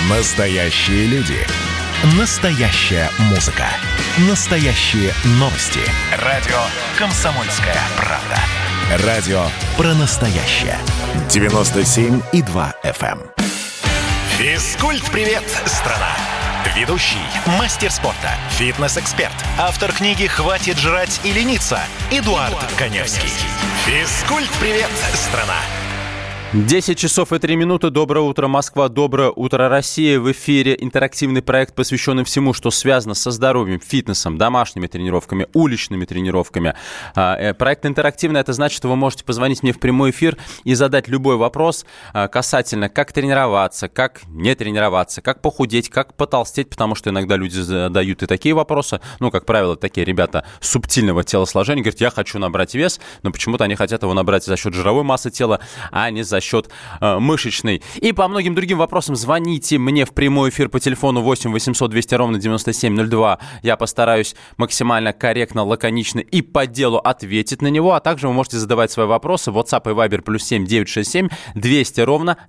Настоящие люди. Настоящая музыка. Настоящие новости. Радио «Комсомольская правда». Радио про настоящее. 97,2 FM. Физкульт-привет, страна! Ведущий, мастер спорта, фитнес-эксперт, автор книги «Хватит жрать и лениться» Эдуард Коневский. Физкульт-привет, страна! 10 часов и 3 минуты. Доброе утро, Москва. Доброе утро, Россия. В эфире интерактивный проект, посвященный всему, что связано со здоровьем, фитнесом, домашними тренировками, уличными тренировками. Проект интерактивный. Это значит, что вы можете позвонить мне в прямой эфир и задать любой вопрос касательно, как тренироваться, как не тренироваться, как похудеть, как потолстеть, потому что иногда люди задают и такие вопросы. Ну, как правило, такие ребята субтильного телосложения говорят, я хочу набрать вес, но почему-то они хотят его набрать за счет жировой массы тела, а не за счет мышечной. И по многим другим вопросам звоните мне в прямой эфир по телефону 8 800 200 ровно 9702. Я постараюсь максимально корректно, лаконично и по делу ответить на него. А также вы можете задавать свои вопросы в WhatsApp и Viber +7 967 200 ровно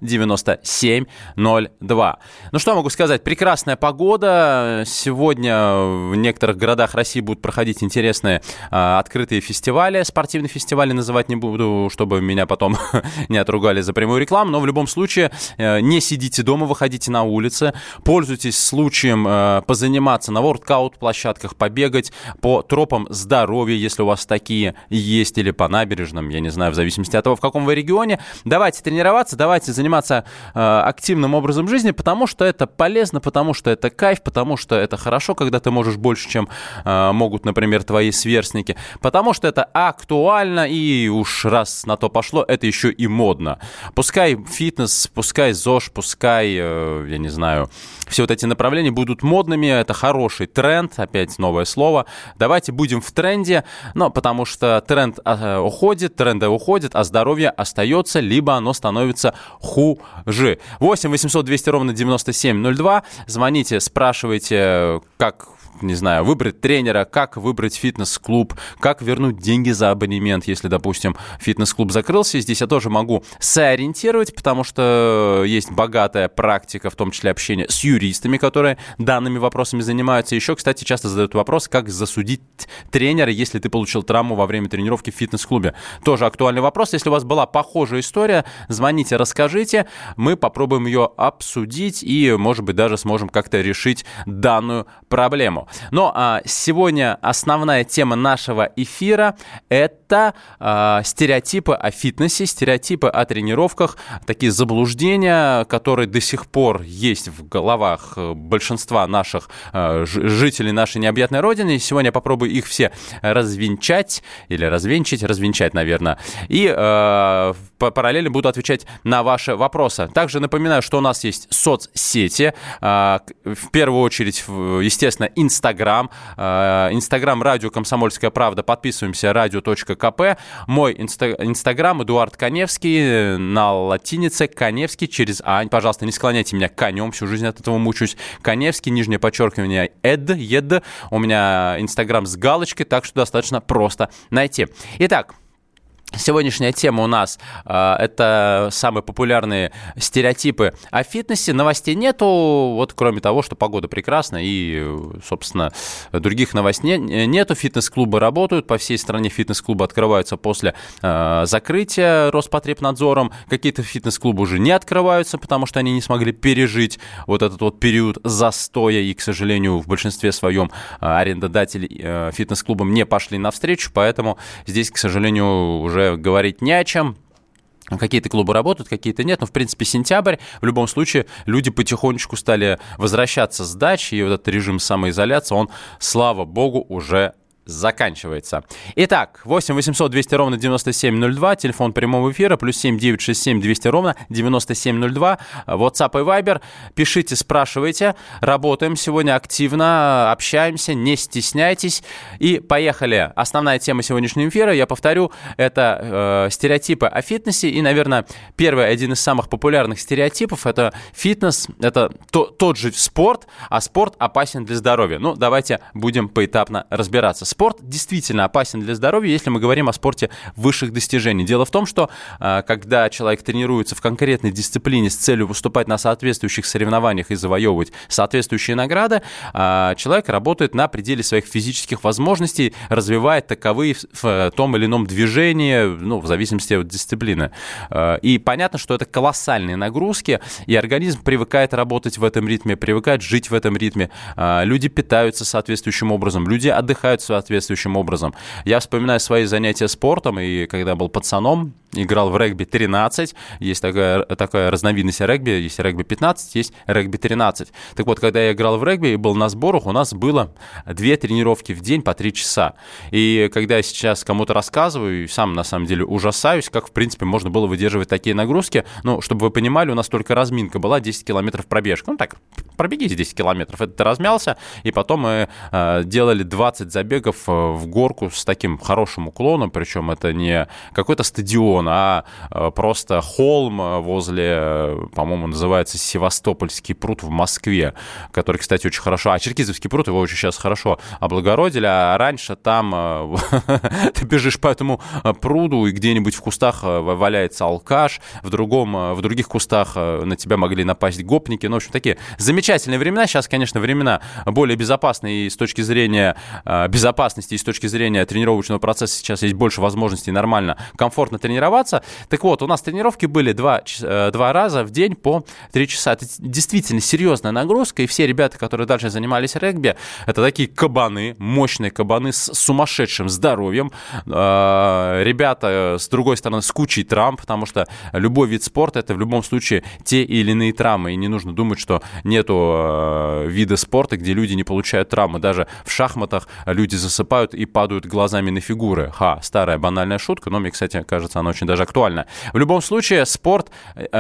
9702. Ну что могу сказать? Прекрасная погода. Сегодня в некоторых городах России будут проходить интересные открытые фестивали. Спортивные фестивали называть не буду, чтобы меня потом не отругали за прямую рекламу, но в любом случае не сидите дома, выходите на улицы, пользуйтесь случаем позаниматься на воркаут-площадках, побегать по тропам здоровья, если у вас такие есть, или по набережным, я не знаю, в зависимости от того, в каком вы регионе. Давайте тренироваться, давайте заниматься активным образом жизни, потому что это полезно, потому что это кайф, потому что это хорошо, когда ты можешь больше, чем могут, например, твои сверстники, потому что это актуально, и уж раз на то пошло, это еще и модно. Пускай фитнес, пускай ЗОЖ, пускай, я не знаю, все вот эти направления будут модными, это хороший тренд, опять новое слово. Давайте будем в тренде, но потому что тренды уходят, а здоровье остается, либо оно становится хуже. 8 800 200 ровно 9702. Звоните, спрашивайте, как, не знаю, выбрать тренера, как выбрать фитнес-клуб, как вернуть деньги за абонемент, если, допустим, фитнес-клуб закрылся. Здесь я тоже могу сориентировать, потому что есть богатая практика, в том числе общение с юристами, которые данными вопросами занимаются. Еще, кстати, часто задают вопрос, как засудить тренера, если ты получил травму во время тренировки в фитнес-клубе. Тоже актуальный вопрос. Если у вас была похожая история, звоните, расскажите. Мы попробуем ее обсудить и, может быть, даже сможем как-то решить данную проблему. Но сегодня основная тема нашего эфира – это стереотипы о фитнесе, стереотипы о тренировках, такие заблуждения, которые до сих пор есть в головах большинства наших жителей нашей необъятной родины. И сегодня я попробую их все развенчать, наверное, и параллельно буду отвечать на ваши вопросы. Также напоминаю, что у нас есть соцсети, в первую очередь, естественно, Инстаграм «Радио Комсомольская правда». Подписываемся, радио.кп. Мой Инстаграм Эдуард Коневский, на латинице, Коневский через А. Пожалуйста, не склоняйте меня конем, всю жизнь от этого мучаюсь. Коневский, нижнее подчеркивание, ед. У меня Инстаграм с галочкой, так что достаточно просто найти. Итак, сегодняшняя тема у нас это самые популярные стереотипы о фитнесе. Новостей нету, вот кроме того, что погода прекрасна и, собственно, других новостей нету. Фитнес-клубы работают, по всей стране фитнес-клубы открываются после закрытия Роспотребнадзором. Какие-то фитнес-клубы уже не открываются, потому что они не смогли пережить вот этот вот период застоя, и, к сожалению, в большинстве своем арендодатели фитнес-клубам не пошли навстречу, поэтому здесь, к сожалению, уже говорить не о чем. Какие-то клубы работают, какие-то нет. Но, в принципе, сентябрь. В любом случае, люди потихонечку стали возвращаться с дач. И вот этот режим самоизоляции, он, слава богу, уже заканчивается. Итак, 8 800 200 ровно 9702, телефон прямого эфира, +7 967 200 ровно 9702, WhatsApp и Viber. Пишите, спрашивайте. Работаем сегодня активно, общаемся, не стесняйтесь. И поехали. Основная тема сегодняшнего эфира, я повторю, это стереотипы о фитнесе. И, наверное, первый, один из самых популярных стереотипов — это фитнес, это тот же спорт, а спорт опасен для здоровья. Ну, давайте будем поэтапно разбираться. спорт действительно опасен для здоровья, если мы говорим о спорте высших достижений. Дело в том, что когда человек тренируется в конкретной дисциплине с целью выступать на соответствующих соревнованиях и завоевывать соответствующие награды, человек работает на пределе своих физических возможностей, развивает таковые в том или ином движении, в зависимости от дисциплины. И понятно, что это колоссальные нагрузки, и организм привыкает работать в этом ритме, привыкает жить в этом ритме. Люди питаются соответствующим образом, люди отдыхают соответствующим образом. Я вспоминаю свои занятия спортом, и когда был пацаном, играл в регби-13, есть такая разновидность регби, есть регби-15, есть регби-13. Так вот, когда я играл в регби и был на сборах, у нас было 2 тренировки в день по 3 часа. И когда я сейчас кому-то рассказываю, и сам на самом деле ужасаюсь, как в принципе можно было выдерживать такие нагрузки. Чтобы вы понимали, у нас только разминка была 10 километров пробежка. Пробегите 10 километров, это ты размялся, и потом мы делали 20 забегов в горку с таким хорошим уклоном, причем это не какой-то стадион, а просто холм возле, по-моему, называется Севастопольский пруд в Москве, который, кстати, очень хорошо, Черкизовский пруд, его очень сейчас хорошо облагородили, а раньше там ты бежишь по этому пруду, и где-нибудь в кустах валяется алкаш, в других кустах на тебя могли напасть гопники, в общем, такие замечательные времена. Сейчас, конечно, времена более безопасные и с точки зрения безопасности, и с точки зрения тренировочного процесса сейчас есть больше возможностей нормально, комфортно тренироваться. Так вот, у нас тренировки были 2 раза в день по 3 часа. Это действительно серьезная нагрузка, и все ребята, которые дальше занимались регби, это такие кабаны, мощные кабаны с сумасшедшим здоровьем. Ребята, с другой стороны, с кучей травм, потому что любой вид спорта — это в любом случае те или иные травмы, и не нужно думать, что нету вида спорта, где люди не получают травмы. Даже в шахматах люди засыпают и падают глазами на фигуры. Старая банальная шутка, но мне, кстати, кажется, она очень даже актуальна. В любом случае, спорт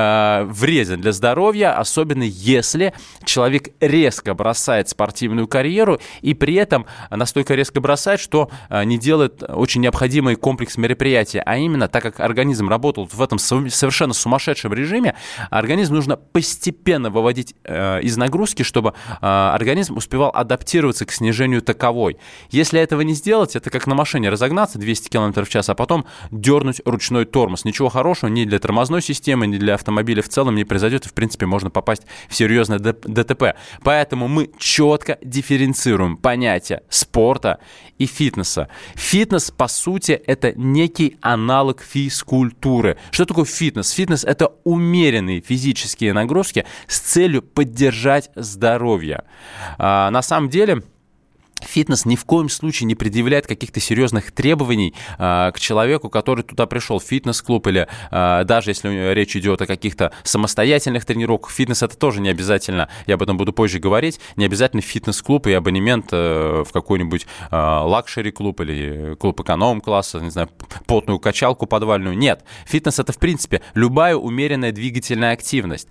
вреден для здоровья, особенно если человек резко бросает спортивную карьеру и при этом настолько резко бросает, что не делает очень необходимый комплекс мероприятий. А именно, так как организм работал в этом совершенно сумасшедшем режиме, организм нужно постепенно выводить из нагрузки, чтобы организм успевал адаптироваться к снижению таковой. Если этого не сделать, это как на машине разогнаться 200 км в час, а потом дернуть ручной тормоз. Ничего хорошего ни для тормозной системы, ни для автомобиля в целом не произойдет, и в принципе можно попасть в серьезное ДТП. Поэтому мы четко дифференцируем понятие спорта и фитнеса. Фитнес, по сути, это некий аналог физкультуры. Что такое фитнес? Фитнес — это умеренные физические нагрузки с целью поддержать здоровье. На самом деле, фитнес ни в коем случае не предъявляет каких-то серьезных требований к человеку, который туда пришел в фитнес-клуб, или даже если речь идет о каких-то самостоятельных тренировках. Фитнес — это тоже не обязательно, я об этом буду позже говорить, не обязательно фитнес-клуб и абонемент в какой-нибудь лакшери-клуб или клуб эконом-класса, не знаю, потную качалку подвальную. Нет, фитнес — это, в принципе, любая умеренная двигательная активность.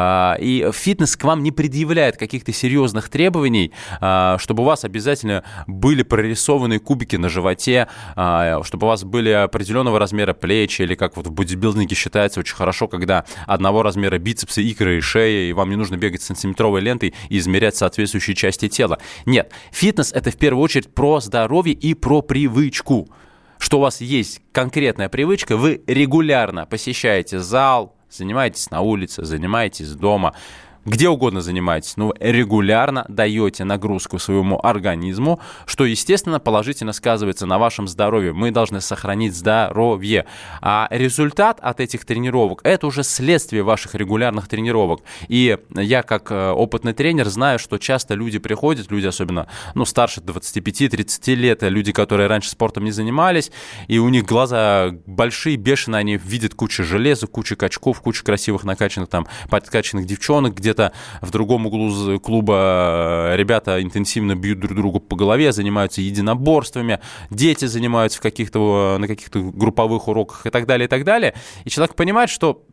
И фитнес к вам не предъявляет каких-то серьезных требований, чтобы у вас обязательно были прорисованы кубики на животе, чтобы у вас были определенного размера плечи, или как вот в бодибилдинге считается очень хорошо, когда одного размера бицепсы, икры и шея, и вам не нужно бегать с сантиметровой лентой и измерять соответствующие части тела. Нет, фитнес — это в первую очередь про здоровье и про привычку. Что у вас есть конкретная привычка, вы регулярно посещаете зал, занимаетесь на улице, занимаетесь дома, где угодно занимаетесь, но регулярно даете нагрузку своему организму, что, естественно, положительно сказывается на вашем здоровье. Мы должны сохранить здоровье. А результат от этих тренировок – это уже следствие ваших регулярных тренировок. И я, как опытный тренер, знаю, что часто люди приходят, люди особенно старше 25-30 лет, люди, которые раньше спортом не занимались, и у них глаза большие, бешеные, они видят кучу железа, кучу качков, кучу красивых накачанных, подкачанных девчонок, где в другом углу клуба ребята интенсивно бьют друг другу по голове, занимаются единоборствами, дети занимаются на каких-то групповых уроках и так далее, и так далее. И человек понимает, что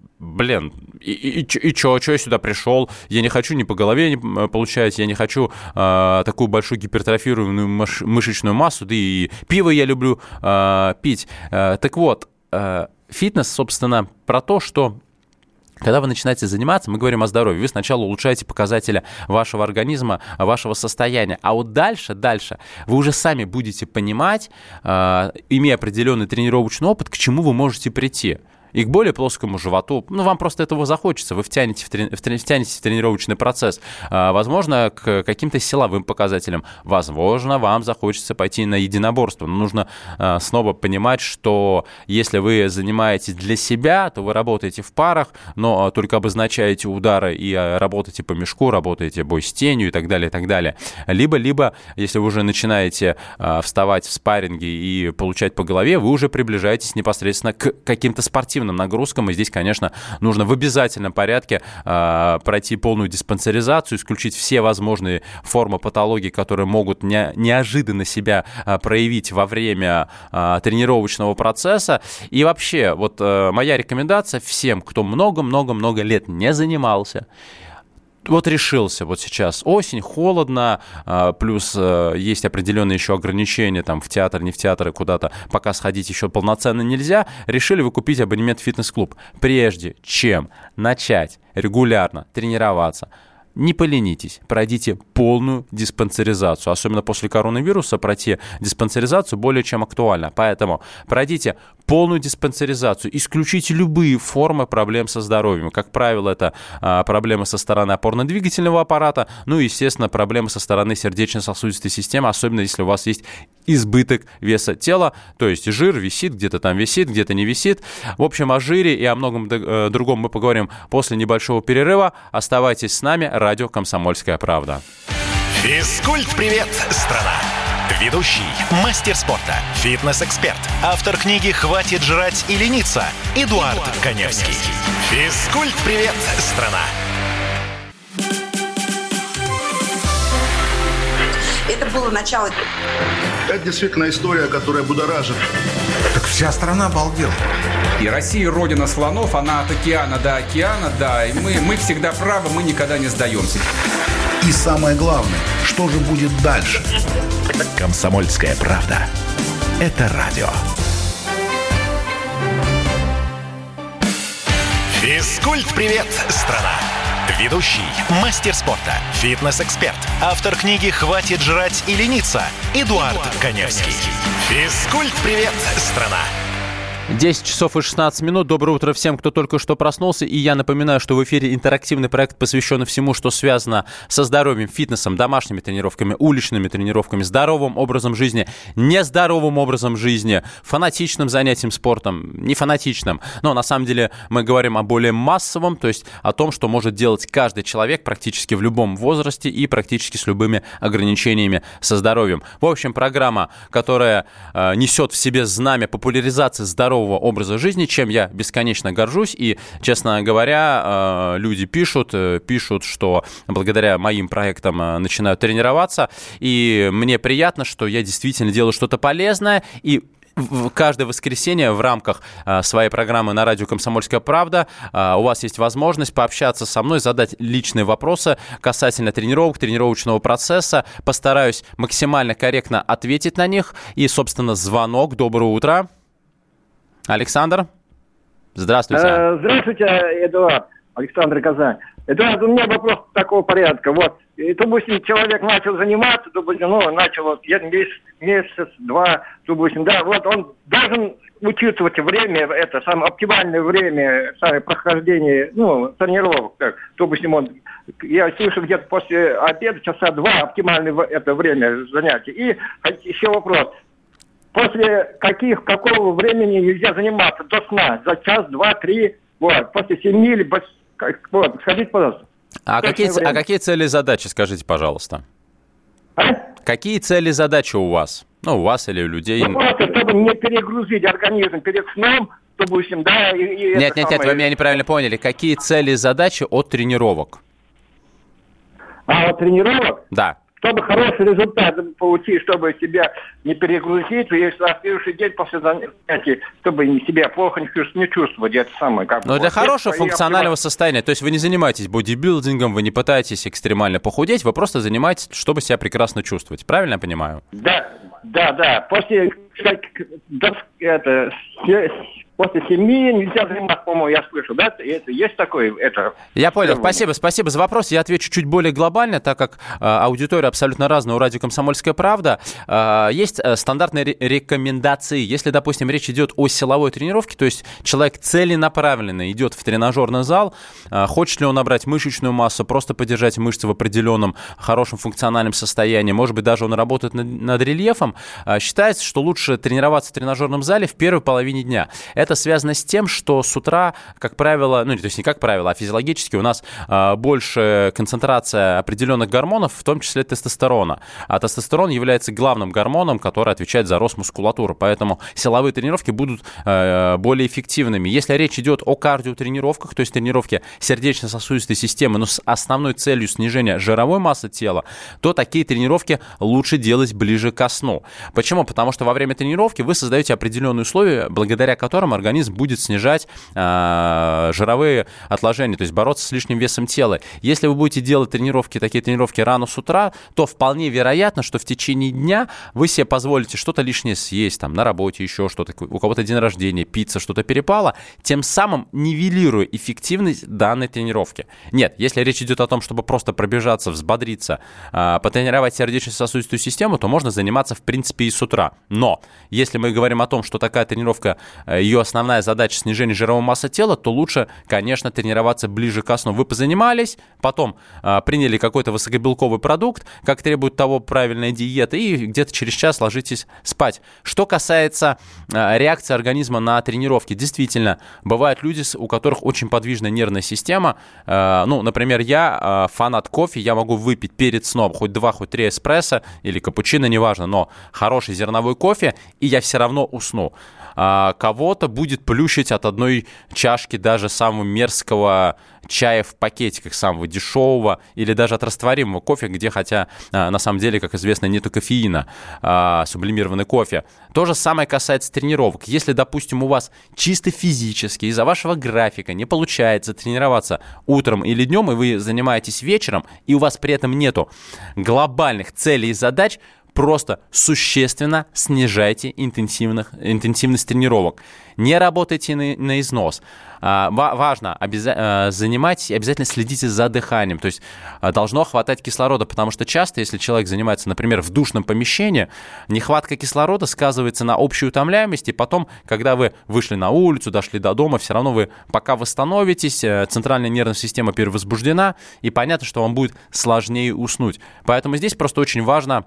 и чё я сюда пришел? Я не хочу ни по голове получать, я не хочу такую большую гипертрофированную мышечную массу, да и пиво я люблю пить. Так вот, фитнес, собственно, про то, что Когда вы начинаете заниматься, мы говорим о здоровье, вы сначала улучшаете показатели вашего организма, вашего состояния, а вот дальше вы уже сами будете понимать, имея определенный тренировочный опыт, к чему вы можете прийти. И к более плоскому животу, вам просто этого захочется, вы втянете в тренировочный процесс. Возможно, к каким-то силовым показателям, возможно, вам захочется пойти на единоборство. Но нужно снова понимать, что если вы занимаетесь для себя, то вы работаете в парах, но только обозначаете удары и работаете по мешку, работаете бой с тенью и так далее, и так далее. Либо, если вы уже начинаете вставать в спарринге и получать по голове, вы уже приближаетесь непосредственно к каким-то спортивным нагрузкам, и здесь, конечно, нужно в обязательном порядке пройти полную диспансеризацию, исключить все возможные формы патологии, которые могут неожиданно себя проявить во время тренировочного процесса. И вообще, моя рекомендация всем, кто много-много-много лет не занимался, решился сейчас осень, холодно, плюс есть определенные еще ограничения, там в театр, не в театр, и куда-то пока сходить еще полноценно нельзя, решили вы купить абонемент в фитнес-клуб. Прежде чем начать регулярно тренироваться, не поленитесь, пройдите полную диспансеризацию. Особенно после коронавируса пройти диспансеризацию более чем актуально. Поэтому пройдите полную диспансеризацию, исключите любые формы проблем со здоровьем. Как правило, это проблемы со стороны опорно-двигательного аппарата, и, естественно, проблемы со стороны сердечно-сосудистой системы, особенно если у вас есть избыток веса тела, то есть жир висит, где-то там висит, где-то не висит. В общем, о жире и о многом другом мы поговорим после небольшого перерыва. Оставайтесь с нами. Радио «Комсомольская правда». Физкульт-привет, страна! Ведущий, мастер спорта, фитнес-эксперт, автор книги «Хватит жрать и лениться» Эдуард Коневский. Физкульт-привет, страна! Это было начало. Это действительно история, которая будоражит. Так вся страна обалдела. И Россия родина слонов, она от океана до океана, да. И мы всегда правы, мы никогда не сдаемся. И самое главное, что же будет дальше? «Комсомольская правда». Это радио. Физкульт-привет, страна! Ведущий, мастер спорта, фитнес-эксперт, автор книги «Хватит жрать и лениться» Эдуард Коневский. Физкульт-привет, страна! 10 часов и 16 минут. Доброе утро всем, кто только что проснулся. И я напоминаю, что в эфире интерактивный проект, посвященный всему, что связано со здоровьем, фитнесом, домашними тренировками, уличными тренировками, здоровым образом жизни, нездоровым образом жизни, фанатичным занятием спортом, не фанатичным. Но на самом деле мы говорим о более массовом, то есть о том, что может делать каждый человек практически в любом возрасте и практически с любыми ограничениями со здоровьем. В общем, программа, которая несет в себе знамя популяризации здорового образа жизни, чем я бесконечно горжусь. И, честно говоря, люди пишут, что благодаря моим проектам начинают тренироваться. И мне приятно, что я действительно делаю что-то полезное. И каждое воскресенье в рамках своей программы на радио «Комсомольская правда» у вас есть возможность пообщаться со мной, задать личные вопросы касательно тренировок, тренировочного процесса. Постараюсь максимально корректно ответить на них. И, собственно, звонок. Доброе утро. Александр, здравствуйте. Здравствуйте, Эдуард. Александр, Казань. Эдуард, у меня вопрос такого порядка. Допустим, человек начал заниматься, начал месяц-два, он должен учитывать время, оптимальное время прохождения, тренировок. Допустим, я слышу, где-то после обеда, часа два, оптимальное это время занятий. И еще вопрос. После какого времени нельзя заниматься до сна? За час, два, три, после 7 или скажите, пожалуйста. А какие цели и задачи, скажите, пожалуйста? Какие цели и задачи у вас? У вас или у людей? Просто, чтобы не перегрузить организм перед сном, допустим, да. Нет, вы меня неправильно поняли. Какие цели и задачи от тренировок? От тренировок? Да. Чтобы хороший результат получить, чтобы себя не перегрузить, и на следующий день после занятий, чтобы себя плохо не чувствовать. Это самое, Но для хорошего функционального состояния, то есть вы не занимаетесь бодибилдингом, вы не пытаетесь экстремально похудеть, вы просто занимаетесь, чтобы себя прекрасно чувствовать. Правильно я понимаю? Да. После после 7 нельзя заниматься, по-моему, я слышу, да? Это, есть такое? Я понял, спасибо за вопрос. Я отвечу чуть более глобально, так как аудитория абсолютно разная у радио «Комсомольская правда». Есть стандартные рекомендации. Если, допустим, речь идет о силовой тренировке, то есть человек целенаправленно идет в тренажерный зал, хочет ли он набрать мышечную массу, просто поддержать мышцы в определенном хорошем функциональном состоянии, может быть, даже он работает над рельефом, считается, что лучше тренироваться в тренажерном зале в первой половине дня. Это связано с тем, что с утра, как правило, то есть не как правило, а физиологически у нас больше концентрация определенных гормонов, в том числе тестостерона. А тестостерон является главным гормоном, который отвечает за рост мускулатуры. Поэтому силовые тренировки будут более эффективными. Если речь идет о кардиотренировках, то есть тренировке сердечно-сосудистой системы, но с основной целью снижения жировой массы тела, то такие тренировки лучше делать ближе ко сну. Почему? Потому что во время тренировки вы создаете определенные условия, благодаря которым организм будет снижать жировые отложения, то есть бороться с лишним весом тела. Если вы будете делать такие тренировки рано с утра, то вполне вероятно, что в течение дня вы себе позволите что-то лишнее съесть, там, на работе еще что-то, у кого-то день рождения, пицца, что-то перепало, тем самым нивелируя эффективность данной тренировки. Нет, если речь идет о том, чтобы просто пробежаться, взбодриться, потренировать сердечно-сосудистую систему, то можно заниматься, в принципе, и с утра. Но если мы говорим о том, что такая тренировка, ее основная задача снижение жировой массы тела, то лучше, конечно, тренироваться ближе ко сну. Вы позанимались, потом приняли какой-то высокобелковый продукт, как требует того правильная диета, и где-то через час ложитесь спать. Что касается реакции организма на тренировки, действительно, бывают люди, у которых очень подвижная нервная система. Например, я фанат кофе, я могу выпить перед сном хоть 2, хоть 3 эспрессо или капучино, неважно, но хороший зерновой кофе, и я все равно усну. Кого-то будет плющить от одной чашки даже самого мерзкого чая в пакетиках, самого дешевого, или даже от растворимого кофе, где, хотя на самом деле, как известно, нету кофеина, сублимированный кофе. То же самое касается тренировок. Если, допустим, у вас чисто физически из-за вашего графика не получается тренироваться утром или днем, и вы занимаетесь вечером, и у вас при этом нету глобальных целей и задач, просто существенно снижайте интенсивность тренировок. Не работайте на износ. Важно, занимайтесь и обязательно следите за дыханием. То есть должно хватать кислорода, потому что часто, если человек занимается, например, в душном помещении, нехватка кислорода сказывается на общей утомляемости. Потом, когда вы вышли на улицу, дошли до дома, все равно вы пока восстановитесь, центральная нервная система перевозбуждена, и понятно, что вам будет сложнее уснуть. Поэтому здесь просто очень важно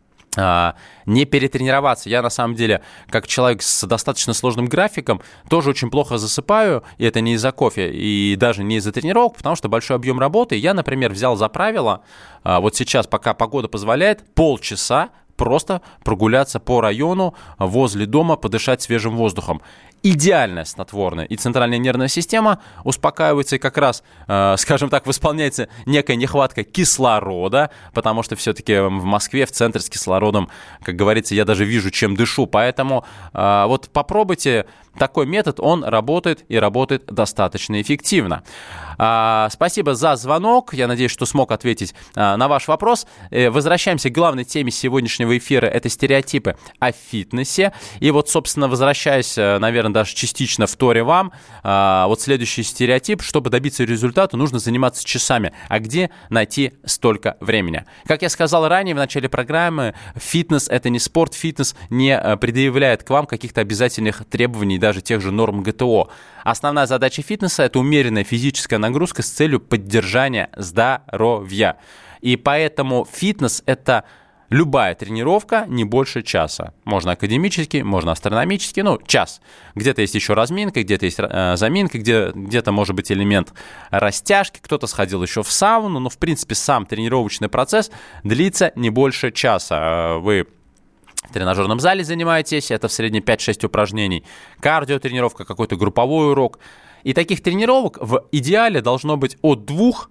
не перетренироваться. Я, на самом деле, как человек с достаточно сложным графиком, тоже очень плохо засыпаю, и это не из-за кофе, и даже не из-за тренировок, потому что большой объем работы. Я, например, взял за правило, вот сейчас, пока погода позволяет, полчаса просто прогуляться по району, возле дома, подышать свежим воздухом. Идеальное снотворное. И центральная нервная система успокаивается, и как раз, скажем так, восполняется некая нехватка кислорода, потому что все-таки в Москве, в центре с кислородом, как говорится, я даже вижу, чем дышу. Поэтому вот попробуйте такой метод, он работает и работает достаточно эффективно. Спасибо за звонок. Я надеюсь, что смог ответить на ваш вопрос. Возвращаемся к главной теме сегодняшнего эфира. Это стереотипы о фитнесе. И вот, собственно, возвращаясь, наверное, даже частично вторя вам, вот следующий стереотип. Чтобы добиться результата, нужно заниматься часами. А где найти столько времени? Как я сказал ранее в начале программы, фитнес – это не спорт. Фитнес не предъявляет к вам каких-то обязательных требований, даже тех же норм ГТО. Основная задача фитнеса – это умеренная физическая нагрузка с целью поддержания здоровья. И поэтому фитнес – это любая тренировка не больше часа. Можно академически, можно астрономически, час. Где-то есть еще разминка, где-то есть заминка, где-то может быть элемент растяжки, кто-то сходил еще в сауну, но в принципе сам тренировочный процесс длится не больше часа. Вы в тренажерном зале занимаетесь, это в среднем 5-6 упражнений, кардиотренировка, какой-то групповой урок. И таких тренировок в идеале должно быть от 2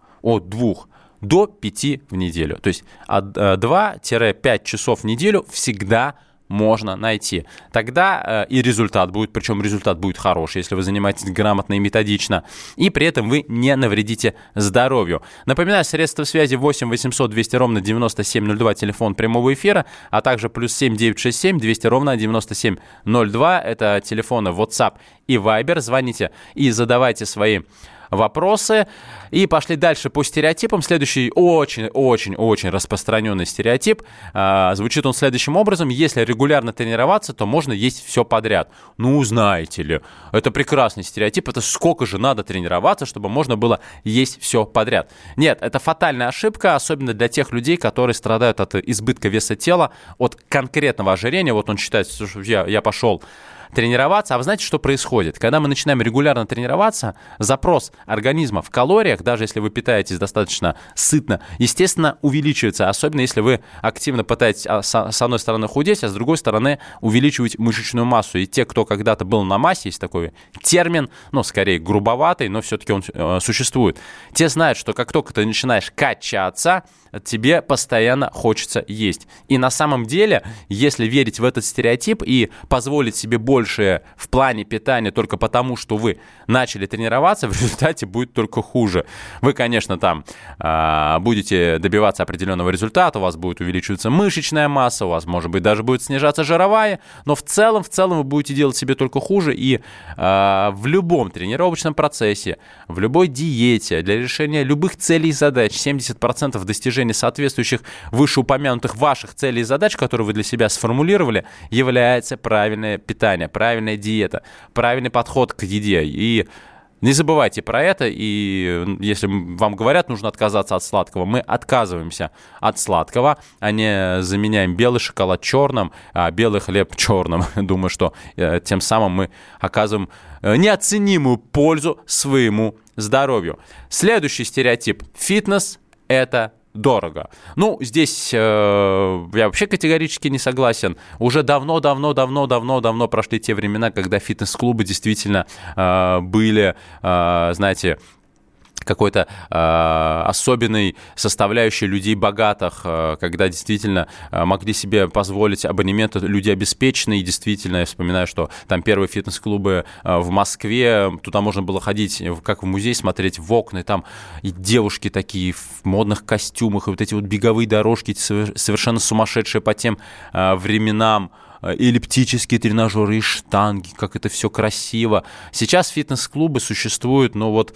до 5 в неделю. То есть от 2-5 часов в неделю всегда можно найти. Тогда и результат будет, причем результат будет хороший, если вы занимаетесь грамотно и методично, и при этом вы не навредите здоровью. Напоминаю, средства связи 8 800 200 ровно 9702, телефон прямого эфира, а также +7 967 200 ровно 9702, это телефоны WhatsApp и Viber. Звоните и задавайте свои вопросы. И пошли дальше по стереотипам. Следующий очень-очень-очень распространенный стереотип. Звучит он следующим образом. Если регулярно тренироваться, то можно есть все подряд. Ну, знаете ли, это прекрасный стереотип. Это сколько же надо тренироваться, чтобы можно было есть все подряд? Нет, это фатальная ошибка, особенно для тех людей, которые страдают от избытка веса тела, от конкретного ожирения. Вот он считает, что я пошел тренироваться. А вы знаете, что происходит? Когда мы начинаем регулярно тренироваться, запрос организма в калориях, даже если вы питаетесь достаточно сытно, естественно, увеличивается. Особенно если вы активно пытаетесь с одной стороны худеть, а с другой стороны увеличивать мышечную массу. И те, кто когда-то был на массе, есть такой термин, скорее грубоватый, но все-таки он существует. Те знают, что как только ты начинаешь качаться, тебе постоянно хочется есть. И на самом деле, если верить в этот стереотип и позволить себе больше в плане питания только потому, что вы начали тренироваться, в результате будет только хуже. Вы, конечно, там будете добиваться определенного результата, у вас будет увеличиваться мышечная масса, у вас, может быть, даже будет снижаться жировая, но в целом вы будете делать себе только хуже. И в любом тренировочном процессе, в любой диете, для решения любых целей и задач, 70% достижения соответствующих вышеупомянутых ваших целей и задач, которые вы для себя сформулировали, является правильное питание, правильная диета, правильный подход к еде. И не забывайте про это. И если вам говорят, нужно отказаться от сладкого, мы отказываемся от сладкого, а не заменяем белый шоколад черным, а белый хлеб черным. Думаю, что тем самым мы оказываем неоценимую пользу своему здоровью. Следующий стереотип. Фитнес – это дорого. Здесь я вообще категорически не согласен. Уже давно прошли те времена, когда фитнес-клубы действительно были, знаете, какой-то особенной составляющей людей богатых, когда действительно могли себе позволить абонементы люди обеспеченные. И действительно, я вспоминаю, что там первые фитнес-клубы в Москве, туда можно было ходить, как в музей, смотреть в окна, и там и девушки такие в модных костюмах, и вот эти вот беговые дорожки, совершенно сумасшедшие по тем временам, эллиптические тренажеры и штанги, как это все красиво. Сейчас фитнес-клубы существуют,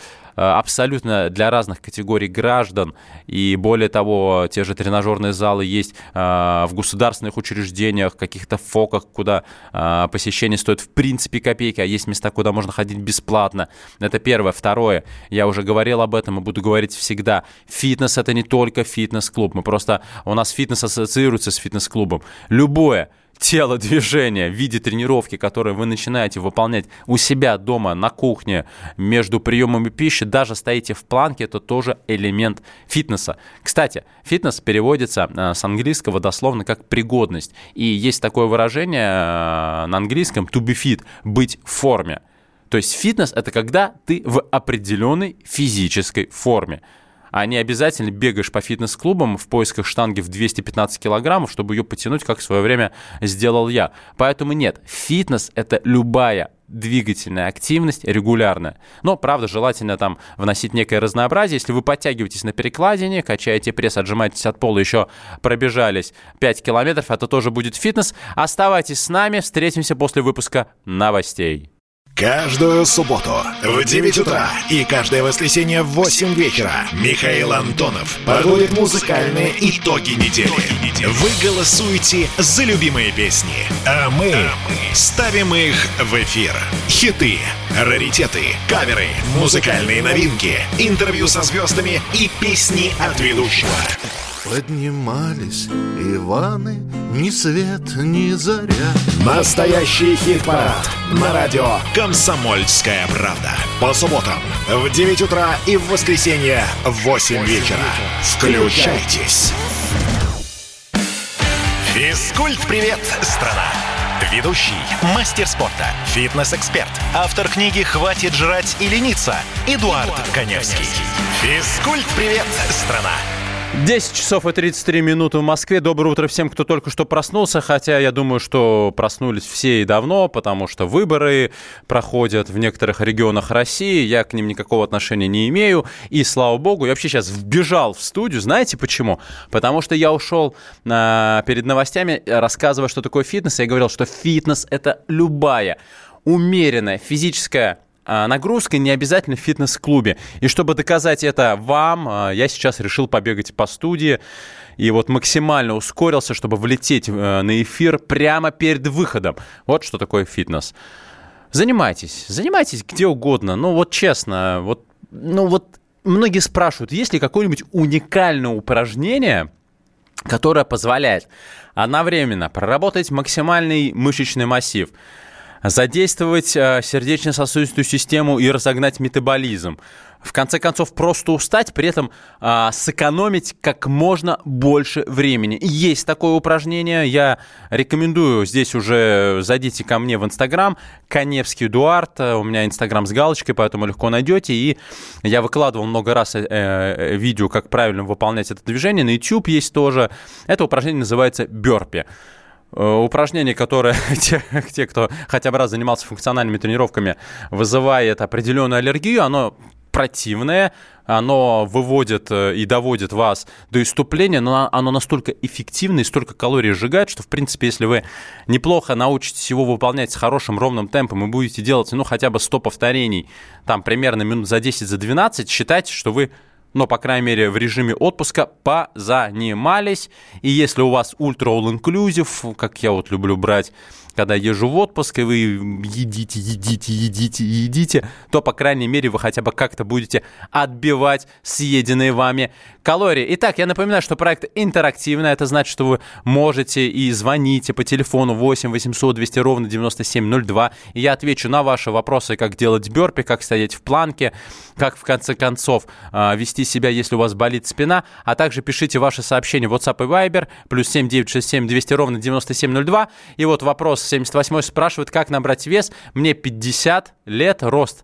абсолютно для разных категорий граждан, и более того, те же тренажерные залы есть в государственных учреждениях, каких-то ФОКах, куда посещение стоит в принципе копейки, а есть места, куда можно ходить бесплатно. Это первое. Второе, я уже говорил об этом и буду говорить всегда, фитнес – это не только фитнес-клуб, у нас фитнес ассоциируется с фитнес-клубом. Любое телодвижение в виде тренировки, которое вы начинаете выполнять у себя дома на кухне между приемами пищи, даже стоите в планке, это тоже элемент фитнеса. Кстати, фитнес переводится с английского дословно как пригодность. И есть такое выражение на английском to be fit, быть в форме. То есть фитнес – это когда ты в определенной физической форме. А не обязательно бегаешь по фитнес-клубам в поисках штанги в 215 килограммов, чтобы ее потянуть, как в свое время сделал я. Поэтому нет, фитнес – это любая двигательная активность регулярная. Но, правда, желательно там вносить некое разнообразие. Если вы подтягиваетесь на перекладине, качаете пресс, отжимаетесь от пола, еще пробежались 5 километров, это тоже будет фитнес. Оставайтесь с нами, встретимся после выпуска новостей. Каждую субботу в 9 утра и каждое воскресенье в 8 вечера Михаил Антонов подводит музыкальные итоги недели. Вы голосуете за любимые песни, а мы ставим их в эфир. Хиты, раритеты, каверы, музыкальные новинки, интервью со звездами и песни от ведущего. Поднимались Иваны, ни свет, ни заря. Настоящий хит-парад на радио «Комсомольская правда». По субботам в 9 утра и в воскресенье в 8 вечера. Включайтесь. Физкульт-привет, страна! Ведущий, мастер спорта, фитнес-эксперт, автор книги «Хватит жрать и лениться» Эдуард Коневский. Физкульт-привет, страна! 10 часов и 33 минуты в Москве. Доброе утро всем, кто только что проснулся. Хотя я думаю, что проснулись все и давно, потому что выборы проходят в некоторых регионах России. Я к ним никакого отношения не имею. И слава богу, я вообще сейчас вбежал в студию. Знаете почему? Потому что я ушел перед новостями, рассказывая, что такое фитнес. Я говорил, что фитнес – это любая умеренная физическая нагрузка, не обязательно в фитнес-клубе. И чтобы доказать это вам, я сейчас решил побегать по студии. И вот максимально ускорился, чтобы влететь на эфир прямо перед выходом. Вот что такое фитнес. Занимайтесь где угодно. Ну вот честно, многие спрашивают, есть ли какое-нибудь уникальное упражнение, которое позволяет одновременно проработать максимальный мышечный массив, задействовать сердечно-сосудистую систему и разогнать метаболизм. В конце концов, просто устать, при этом сэкономить как можно больше времени. Есть такое упражнение, я рекомендую, здесь уже зайдите ко мне в Инстаграм, Каневский Эдуард, у меня Инстаграм с галочкой, поэтому легко найдете, и я выкладывал много раз видео, как правильно выполнять это движение, на YouTube есть тоже. Это упражнение называется бёрпи. Упражнение, которое те, кто хотя бы раз занимался функциональными тренировками, вызывает определенную аллергию, оно противное, оно выводит и доводит вас до исступления, но оно настолько эффективно и столько калорий сжигает, что, в принципе, если вы неплохо научитесь его выполнять с хорошим ровным темпом и будете делать, хотя бы 100 повторений, там, примерно минут за 10, за 12, считайте, что вы, по крайней мере, в режиме отпуска позанимались. И если у вас ультра all-inclusive, как я вот люблю брать, когда езжу в отпуск, и вы едите, то, по крайней мере, вы хотя бы как-то будете отбивать съеденные вами калории. Итак, я напоминаю, что проект интерактивный. Это значит, что вы можете и звоните по телефону 8 800 200 ровно 9702. И я отвечу на ваши вопросы, как делать бёрпи, как стоять в планке, как, в конце концов, вести себя, если у вас болит спина. А также пишите ваши сообщения в WhatsApp и Viber, +7 967 200 ровно 9702. И вот вопрос 78 спрашивает, как набрать вес. Мне 50 лет, рост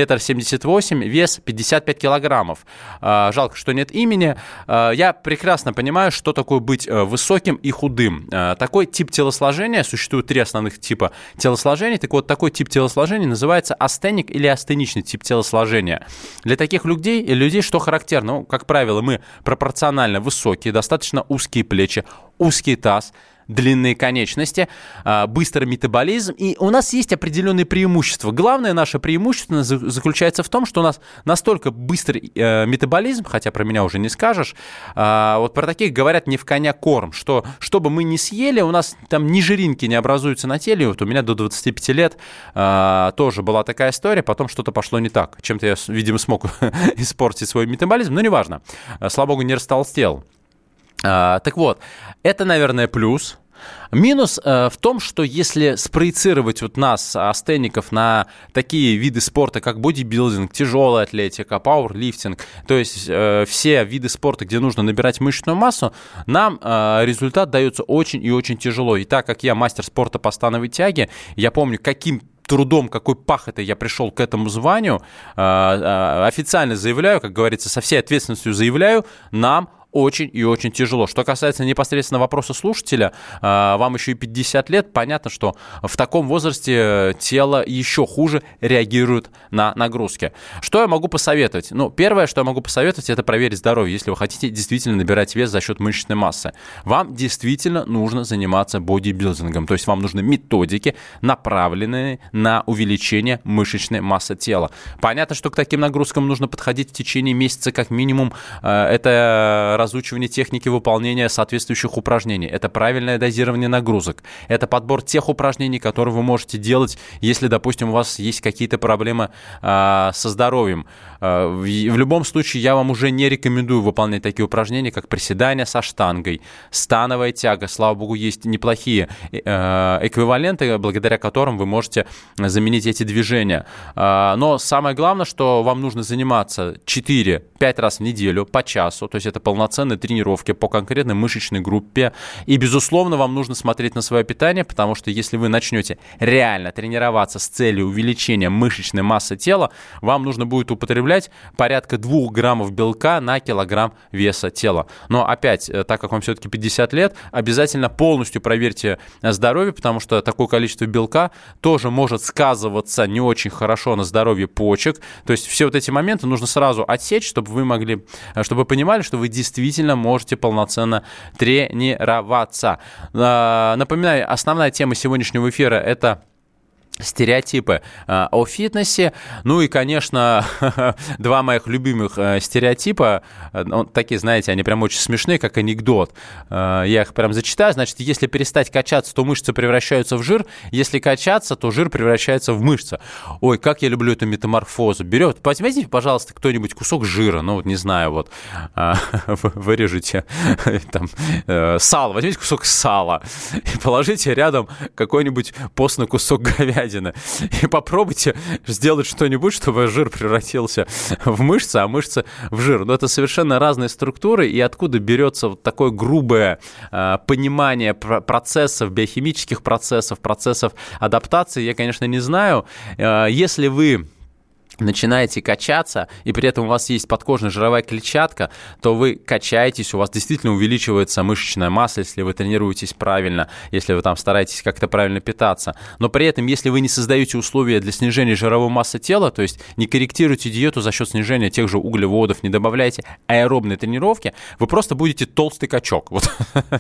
1,78 м, вес 55 килограммов. Жалко, что нет имени. Я прекрасно понимаю, что такое быть высоким и худым. Такой тип телосложения, существует 3 основных типа телосложения. Так вот, такой тип телосложения называется астеник или астеничный тип телосложения. Для таких людей что характерно? Как правило, мы пропорционально высокие, достаточно узкие плечи, узкий таз, длинные конечности, быстрый метаболизм, и у нас есть определенные преимущества. Главное наше преимущество заключается в том, что у нас настолько быстрый метаболизм, хотя про меня уже не скажешь, вот про таких говорят не в коня корм, что бы мы ни съели, у нас там ни жиринки не образуются на теле. Вот у меня до 25 лет тоже была такая история, потом что-то пошло не так. Чем-то я, видимо, смог испортить свой метаболизм, но неважно. Слава богу, не растолстел. Так вот, это, наверное, плюс. Минус в том, что если спроецировать вот нас, астеников, на такие виды спорта, как бодибилдинг, тяжелая атлетика, пауэрлифтинг, то есть все виды спорта, где нужно набирать мышечную массу, нам результат дается очень и очень тяжело. И так как я мастер спорта по становой тяге, я помню, каким трудом, какой пахотой я пришел к этому званию, официально заявляю, как говорится, со всей ответственностью заявляю, нам очень и очень тяжело. Что касается непосредственно вопроса слушателя, вам еще и 50 лет, понятно, что в таком возрасте тело еще хуже реагирует на нагрузки. Что я могу посоветовать? Первое, что я могу посоветовать, это проверить здоровье, если вы хотите действительно набирать вес за счет мышечной массы. Вам действительно нужно заниматься бодибилдингом, то есть вам нужны методики, направленные на увеличение мышечной массы тела. Понятно, что к таким нагрузкам нужно подходить в течение месяца как минимум. Это разучивание техники выполнения соответствующих упражнений. Это правильное дозирование нагрузок. Это подбор тех упражнений, которые вы можете делать, если, допустим, у вас есть какие-то проблемы со здоровьем. В любом случае, я вам уже не рекомендую выполнять такие упражнения, как приседания со штангой, становая тяга. Слава богу, есть неплохие эквиваленты, благодаря которым вы можете заменить эти движения. Но самое главное, что вам нужно заниматься 4-5 раз в неделю по часу, то есть это полноценные тренировки по конкретной мышечной группе. И, безусловно, вам нужно смотреть на свое питание, потому что если вы начнете реально тренироваться с целью увеличения мышечной массы тела, вам нужно будет употреблять добавлять порядка 2 граммов белка на килограмм веса тела. Но опять, так как вам все-таки 50 лет, обязательно полностью проверьте здоровье, потому что такое количество белка тоже может сказываться не очень хорошо на здоровье почек. То есть все вот эти моменты нужно сразу отсечь, чтобы вы понимали, что вы действительно можете полноценно тренироваться. Напоминаю, основная тема сегодняшнего эфира – это стереотипы о фитнесе. Ну и, конечно, два моих любимых стереотипа, такие, знаете, они прям очень смешные, как анекдот. Я их прям зачитаю. Значит, если перестать качаться, то мышцы превращаются в жир. Если качаться, то жир превращается в мышцы. Ой, как я люблю эту метаморфозу. Возьмите, пожалуйста, кто-нибудь кусок жира, ну вот не знаю, вот вырежите там сало, возьмите кусок сала и положите рядом какой-нибудь постный кусок говядины. И попробуйте сделать что-нибудь, чтобы жир превратился в мышцы, а мышцы в жир. Но это совершенно разные структуры, и откуда берется вот такое грубое понимание процессов, биохимических процессов адаптации, я, конечно, не знаю. Если вы начинаете качаться, и при этом у вас есть подкожная жировая клетчатка, то вы качаетесь, у вас действительно увеличивается мышечная масса, если вы тренируетесь правильно, если вы там стараетесь как-то правильно питаться. Но при этом, если вы не создаете условия для снижения жировой массы тела, то есть не корректируете диету за счет снижения тех же углеводов, не добавляете аэробной тренировки, вы просто будете толстый качок. Вот.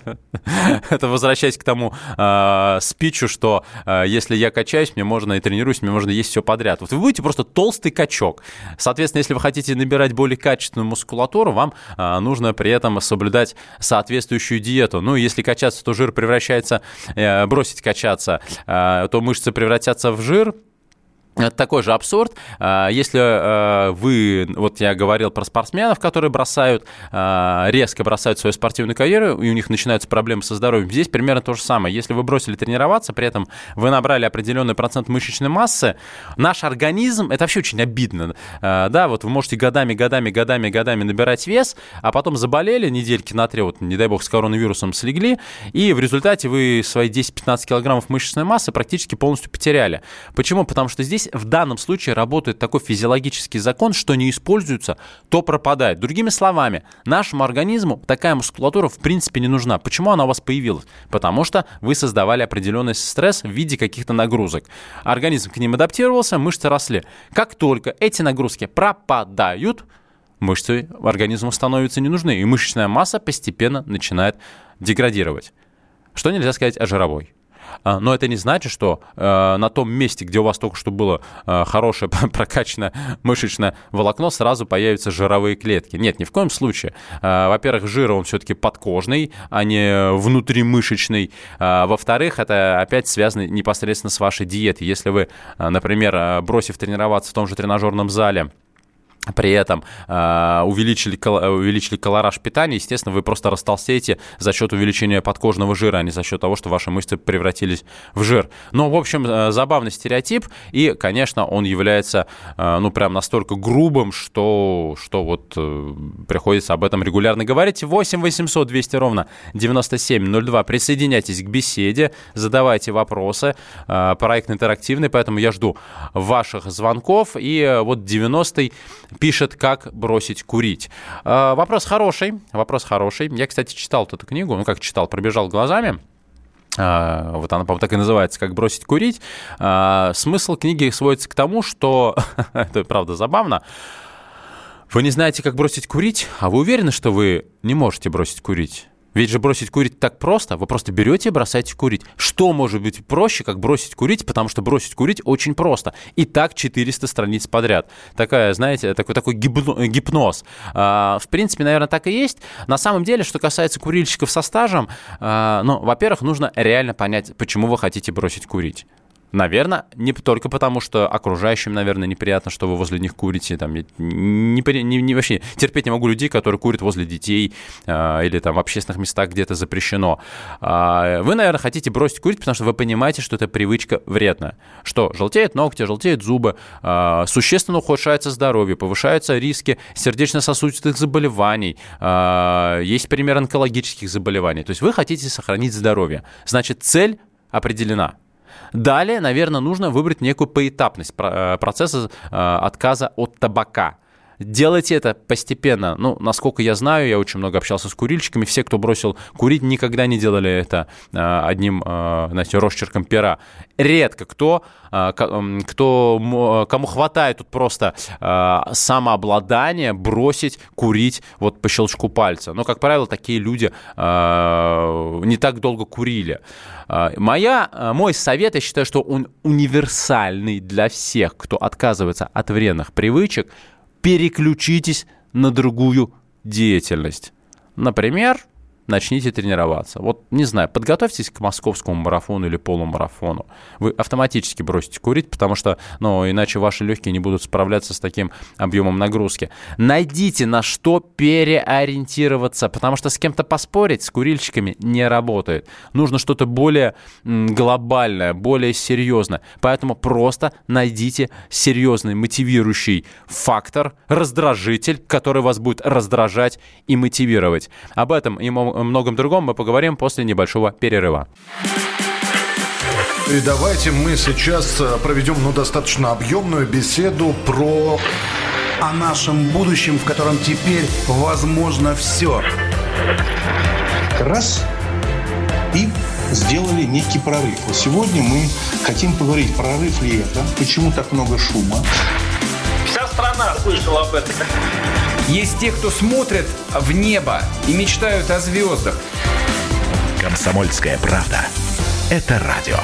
Это возвращаясь к тому спичу, что если я качаюсь, мне можно и тренируюсь, мне можно есть все подряд. Вот вы будете просто толстый качок. Соответственно, если вы хотите набирать более качественную мускулатуру, вам нужно при этом соблюдать соответствующую диету. Ну, если качаться, то жир превращается, бросить качаться, то мышцы превратятся в жир. Это такой же абсурд. Если вы, вот я говорил про спортсменов, которые резко бросают свою спортивную карьеру, и у них начинаются проблемы со здоровьем, здесь примерно то же самое. Если вы бросили тренироваться, при этом вы набрали определенный процент мышечной массы, наш организм, это вообще очень обидно, да, вот вы можете годами набирать вес, а потом заболели недельки на 3, вот, не дай бог, с коронавирусом слегли, и в результате вы свои 10-15 килограммов мышечной массы практически полностью потеряли. Почему? Потому что здесь в данном случае работает такой физиологический закон, что не используется, то пропадает. Другими словами, нашему организму такая мускулатура в принципе не нужна. Почему она у вас появилась? Потому что вы создавали определенный стресс в виде каких-то нагрузок. Организм к ним адаптировался, мышцы росли. Как только эти нагрузки пропадают, мышцы организму становятся не нужны, и мышечная масса постепенно начинает деградировать. Что нельзя сказать о жировой. Но это не значит, что на том месте, где у вас только что было хорошее прокачанное мышечное волокно, сразу появятся жировые клетки. Нет, ни в коем случае. Во-первых, жир, он все-таки подкожный, а не внутримышечный. Во-вторых, это опять связано непосредственно с вашей диетой. Если вы, например, бросив тренироваться в том же тренажерном зале, при этом увеличили колораж питания, естественно, вы просто растолстеете за счет увеличения подкожного жира, а не за счет того, что ваши мышцы превратились в жир. Но, в общем, забавный стереотип, и, конечно, он является, прям настолько грубым, что вот приходится об этом регулярно говорить. 8 800 200 ровно 9702. Присоединяйтесь к беседе, задавайте вопросы. Проект интерактивный, поэтому я жду ваших звонков. И вот 90-й пишет, как бросить курить. Вопрос хороший. Я, кстати, читал эту книгу, пробежал глазами. Вот она, по-моему, так и называется, «Как бросить курить». Смысл книги сводится к тому, что, это правда забавно, вы не знаете, как бросить курить, а вы уверены, что вы не можете бросить курить? Ведь же бросить курить так просто, вы просто берете и бросаете курить. Что может быть проще, как бросить курить, потому что бросить курить очень просто. И так 400 страниц подряд. Такая, знаете, такой гипноз. В принципе, наверное, так и есть. На самом деле, что касается курильщиков со стажем, во-первых, нужно реально понять, почему вы хотите бросить курить. Наверное, не только потому, что окружающим, наверное, неприятно, что вы возле них курите. Там, вообще терпеть не могу людей, которые курят возле детей или там в общественных местах где-то запрещено. Вы, наверное, хотите бросить курить, потому что вы понимаете, что эта привычка вредна. Что желтеют ногти, желтеют зубы, существенно ухудшается здоровье, повышаются риски сердечно-сосудистых заболеваний, есть пример онкологических заболеваний. То есть вы хотите сохранить здоровье. Значит, цель определена. Далее, наверное, нужно выбрать некую поэтапность процесса отказа от табака. делайте это постепенно. Ну, насколько я знаю, я очень много общался с курильщиками. Все, кто бросил курить, никогда не делали это одним, знаете, росчерком пера. Редко кто, кому хватает тут просто самообладания бросить курить вот по щелчку пальца. Но, как правило, такие люди не так долго курили. Мой совет, я считаю, что он универсальный для всех, кто отказывается от вредных привычек. Переключитесь на другую деятельность. Например, начните тренироваться. Вот, не знаю, подготовьтесь к московскому марафону или полумарафону. Вы автоматически бросите курить, потому что, иначе ваши легкие не будут справляться с таким объемом нагрузки. Найдите, на что переориентироваться, потому что с кем-то поспорить с курильщиками не работает. Нужно что-то более глобальное, более серьезное. Поэтому просто найдите серьезный мотивирующий фактор, раздражитель, который вас будет раздражать и мотивировать. Об этом и о многом другом мы поговорим после небольшого перерыва. И давайте мы сейчас проведем достаточно объемную беседу о нашем будущем, в котором теперь возможно все. Раз и сделали некий прорыв. Вот сегодня мы хотим поговорить, прорыв ли это, почему так много шума. Вся страна слышала об этом. Есть те, кто смотрят в небо и мечтают о звездах. «Комсомольская правда» — это радио.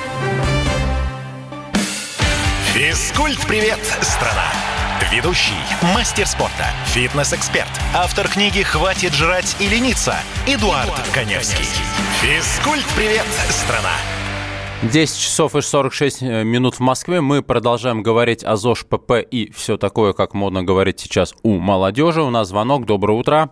Физкульт-привет, страна! Ведущий, мастер спорта, фитнес-эксперт, автор книги «Хватит жрать и лениться» Эдуард Коневский. Физкульт-привет, страна! 10 часов и 46 минут в Москве. Мы продолжаем говорить о ЗОЖ, ПП и все такое, как модно говорить сейчас у молодежи. У нас звонок. Доброе утро.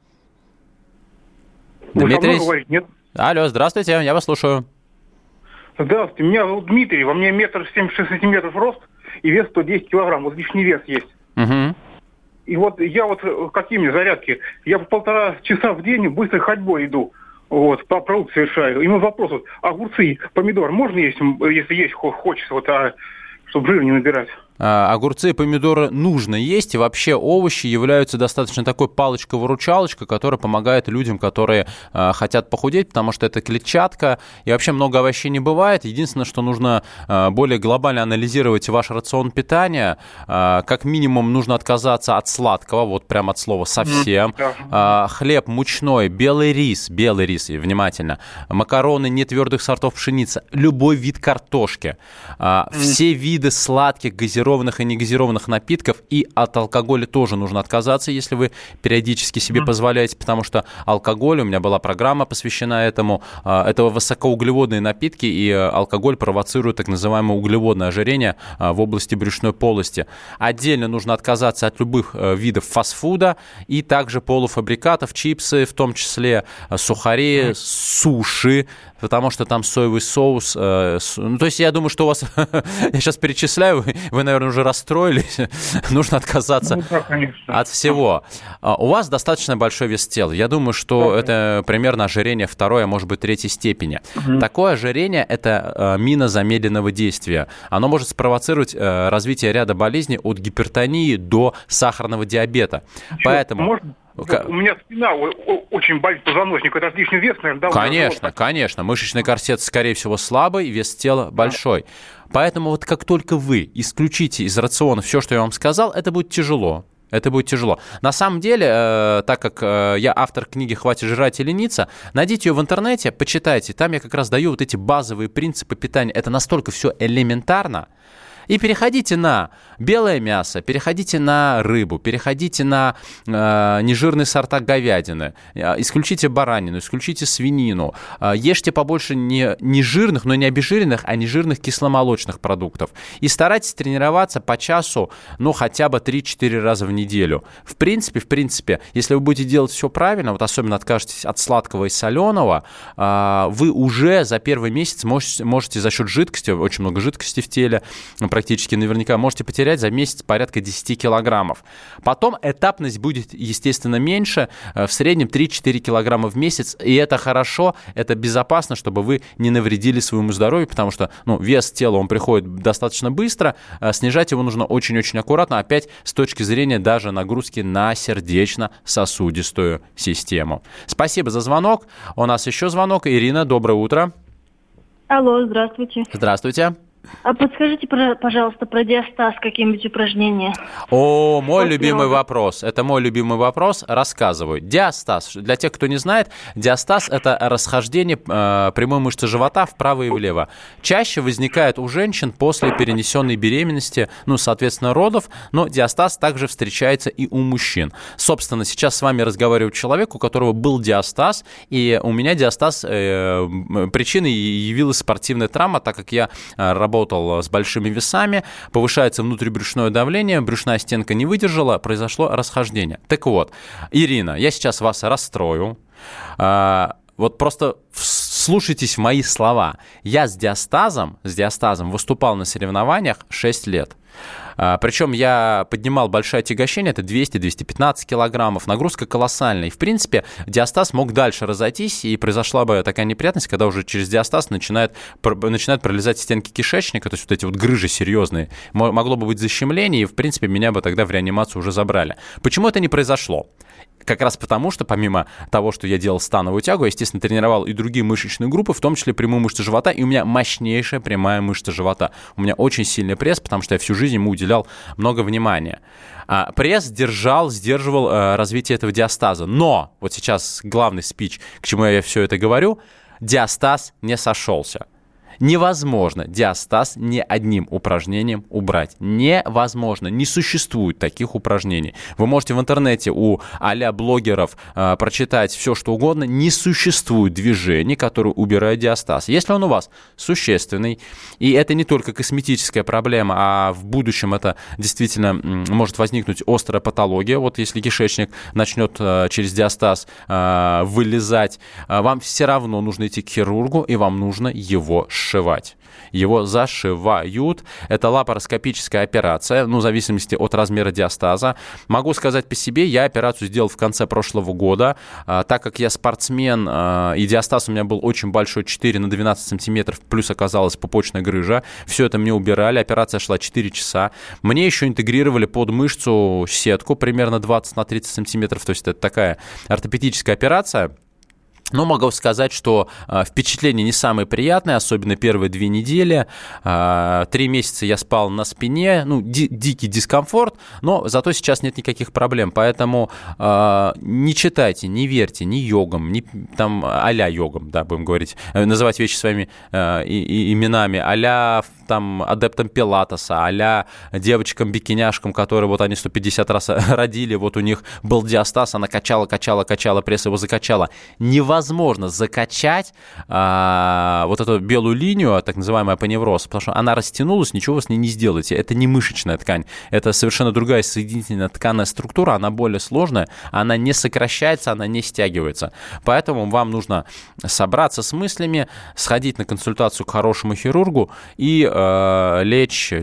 Дмитрий. Нет? Алло, здравствуйте, я вас слушаю. Здравствуйте, меня зовут Дмитрий, во мне 1,76 сантиметров рост и вес 110 килограмм, вот лишний вес есть. Угу. И вот я какие мне зарядки? Я по 1,5 часа в день быстрой ходьбой иду. По продукт совершаю. И мой вопрос, огурцы, помидор можно есть, если есть хочется, чтобы жир не набирать? Огурцы и помидоры нужно есть, и вообще овощи являются достаточно такой палочкой-выручалочкой, которая помогает людям, которые хотят похудеть, потому что это клетчатка, и вообще много овощей не бывает. Единственное, что нужно более глобально анализировать ваш рацион питания. Как минимум нужно отказаться от сладкого, вот прям от слова совсем. Хлеб мучной, белый рис, и внимательно, макароны нетвердых сортов пшеницы, любой вид картошки, все виды сладких, газированных и негазированных напитков, и от алкоголя тоже нужно отказаться, если вы периодически себе позволяете, потому что алкоголь, у меня была программа, посвящена этому, это высокоуглеводные напитки, и алкоголь провоцирует так называемое углеводное ожирение в области брюшной полости. Отдельно нужно отказаться от любых видов фастфуда и также полуфабрикатов, чипсы, в том числе сухари, суши, потому что там соевый соус. То есть я думаю, что у вас... Я сейчас перечисляю, вы, наверное, уже расстроились. Нужно отказаться от всего. У вас достаточно большой вес тела. Я думаю, что это примерно ожирение 2-й, а может быть 3-й степени. Такое ожирение – это мина замедленного действия. Оно может спровоцировать развитие ряда болезней от гипертонии до сахарного диабета. Поэтому... У меня спина очень болит, позвоночник. Это лишний вес, наверное, да? Конечно. Мышечный корсет, скорее всего, слабый, вес тела большой. Поэтому вот как только вы исключите из рациона все, что я вам сказал, это будет тяжело. На самом деле, так как я автор книги «Хватит жрать и лениться», найдите ее в интернете, почитайте. Там я как раз даю вот эти базовые принципы питания. Это настолько все элементарно. И переходите на белое мясо, переходите на рыбу, переходите на нежирные сорта говядины, исключите баранину, исключите свинину, ешьте побольше не жирных, но не обезжиренных, а нежирных кисломолочных продуктов. И старайтесь тренироваться по часу, хотя бы 3-4 раза в неделю. В принципе, если вы будете делать все правильно, вот особенно откажетесь от сладкого и соленого, вы уже за первый месяц можете за счет жидкости, очень много жидкости в теле, практически наверняка, можете потерять за месяц порядка 10 килограммов. Потом этапность будет, естественно, меньше, в среднем 3-4 килограмма в месяц, и это хорошо, это безопасно, чтобы вы не навредили своему здоровью, потому что вес тела, он приходит достаточно быстро, снижать его нужно очень-очень аккуратно, опять с точки зрения даже нагрузки на сердечно-сосудистую систему. Спасибо за звонок. У нас еще звонок. Ирина, доброе утро. Алло, здравствуйте. Здравствуйте. А подскажите, пожалуйста, про диастаз какие-нибудь упражнения. Мой любимый вопрос. Это мой любимый вопрос. Рассказываю. Диастаз. Для тех, кто не знает, диастаз – это расхождение прямой мышцы живота вправо и влево. Чаще возникает у женщин после перенесенной беременности, соответственно, родов, но диастаз также встречается и у мужчин. Собственно, сейчас с вами разговаривает человек, у которого был диастаз, и у меня диастаз причиной явилась спортивная травма, так как я работал с большими весами, повышается внутрибрюшное давление, брюшная стенка не выдержала, произошло расхождение. Так вот, Ирина, я сейчас вас расстрою. Вот просто вслушайтесь в мои слова. Я с диастазом выступал на соревнованиях 6 лет. Причем я поднимал большое отягощение, это 200-215 килограммов, нагрузка колоссальная. И, в принципе, диастаз мог дальше разойтись, и произошла бы такая неприятность, когда уже через диастаз начинают пролезать стенки кишечника, то есть вот эти вот грыжи серьезные. Могло бы быть защемление, и, в принципе, меня бы тогда в реанимацию уже забрали. Почему это не произошло? Как раз потому, что помимо того, что я делал становую тягу, я, естественно, тренировал и другие мышечные группы, в том числе прямую мышцу живота, и у меня мощнейшая прямая мышца живота. У меня очень сильный пресс, потому что я всю жизнь ему уделял много внимания. Пресс сдерживал развитие этого диастаза. Но, вот сейчас главный спич, к чему я все это говорю, диастаз не сошелся. Невозможно диастаз ни одним упражнением убрать. Невозможно. Не существует таких упражнений. Вы можете в интернете у а-ля блогеров прочитать все, что угодно. Не существует движений, которые убирают диастаз. Если он у вас существенный, и это не только косметическая проблема, а в будущем это действительно может возникнуть острая патология. Вот если кишечник начнет через диастаз вылезать, вам все равно нужно идти к хирургу, и вам нужно его сшивать. Его зашивают. Это лапароскопическая операция, в зависимости от размера диастаза. Могу сказать по себе, я операцию сделал в конце прошлого года. Так как я спортсмен, и диастаз у меня был очень большой, 4 на 12 сантиметров, плюс оказалась пупочная грыжа. Все это мне убирали. Операция шла 4 часа. Мне еще интегрировали под мышцу сетку примерно 20 на 30 сантиметров. То есть это такая ортопедическая операция. Но могу сказать, что впечатление не самое приятное, особенно первые 2 недели. 3 месяца я спал на спине, дикий дискомфорт, но зато сейчас нет никаких проблем. Поэтому не читайте, не верьте ни йогам, ни там а-ля йогам, да, будем говорить, называть вещи своими именами, а-ля там адептам пилатеса, а-ля девочкам-бикиняшкам, которые вот они 150 раз родили, вот у них был диастаз, она качала, пресс его закачала. Невозможно закачать вот эту белую линию, так называемый апоневроз, потому что она растянулась, ничего вы с ней не сделаете. Это не мышечная ткань, это совершенно другая соединительная тканная структура, она более сложная, она не сокращается, она не стягивается. Поэтому вам нужно собраться с мыслями, сходить на консультацию к хорошему хирургу и лечь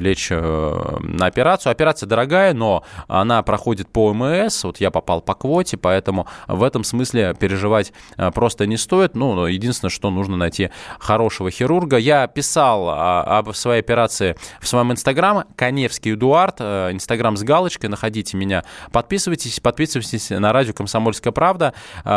на операцию. Операция дорогая, но она проходит по ОМС, вот я попал по квоте, поэтому в этом смысле переживать просто не стоит. Единственное, что нужно найти хорошего хирурга. Я писал об своей операции в своем инстаграме, Каневский Эдуард, инстаграм с галочкой, находите меня, подписывайтесь на радио «Комсомольская правда»,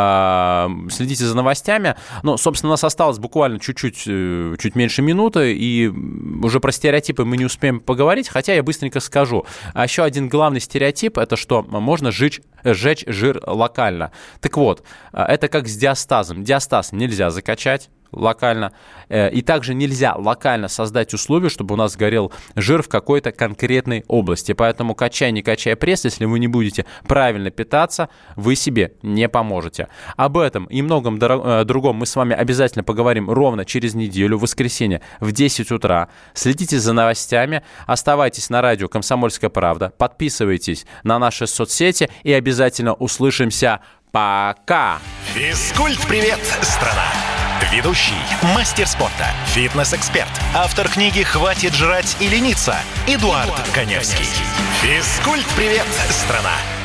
следите за новостями. Собственно, у нас осталось буквально чуть меньше минуты, и уже про стереотипы мы не успеем поговорить, хотя я быстренько скажу. А еще один главный стереотип – это что можно сжечь жир локально. Так вот, это как с диастазом. Диастаз нельзя закачать локально, и также нельзя локально создать условия, чтобы у нас сгорел жир в какой-то конкретной области. Поэтому не качая пресс, если вы не будете правильно питаться, вы себе не поможете. Об этом и многом другом мы с вами обязательно поговорим ровно через неделю, в воскресенье в 10 утра. Следите за новостями, оставайтесь на радио «Комсомольская правда», подписывайтесь на наши соцсети и обязательно услышимся. Пока! Физкульт-привет, страна! Ведущий, мастер спорта, фитнес-эксперт, автор книги «Хватит жрать и лениться» Эдуард Коневский. Физкульт-привет, страна!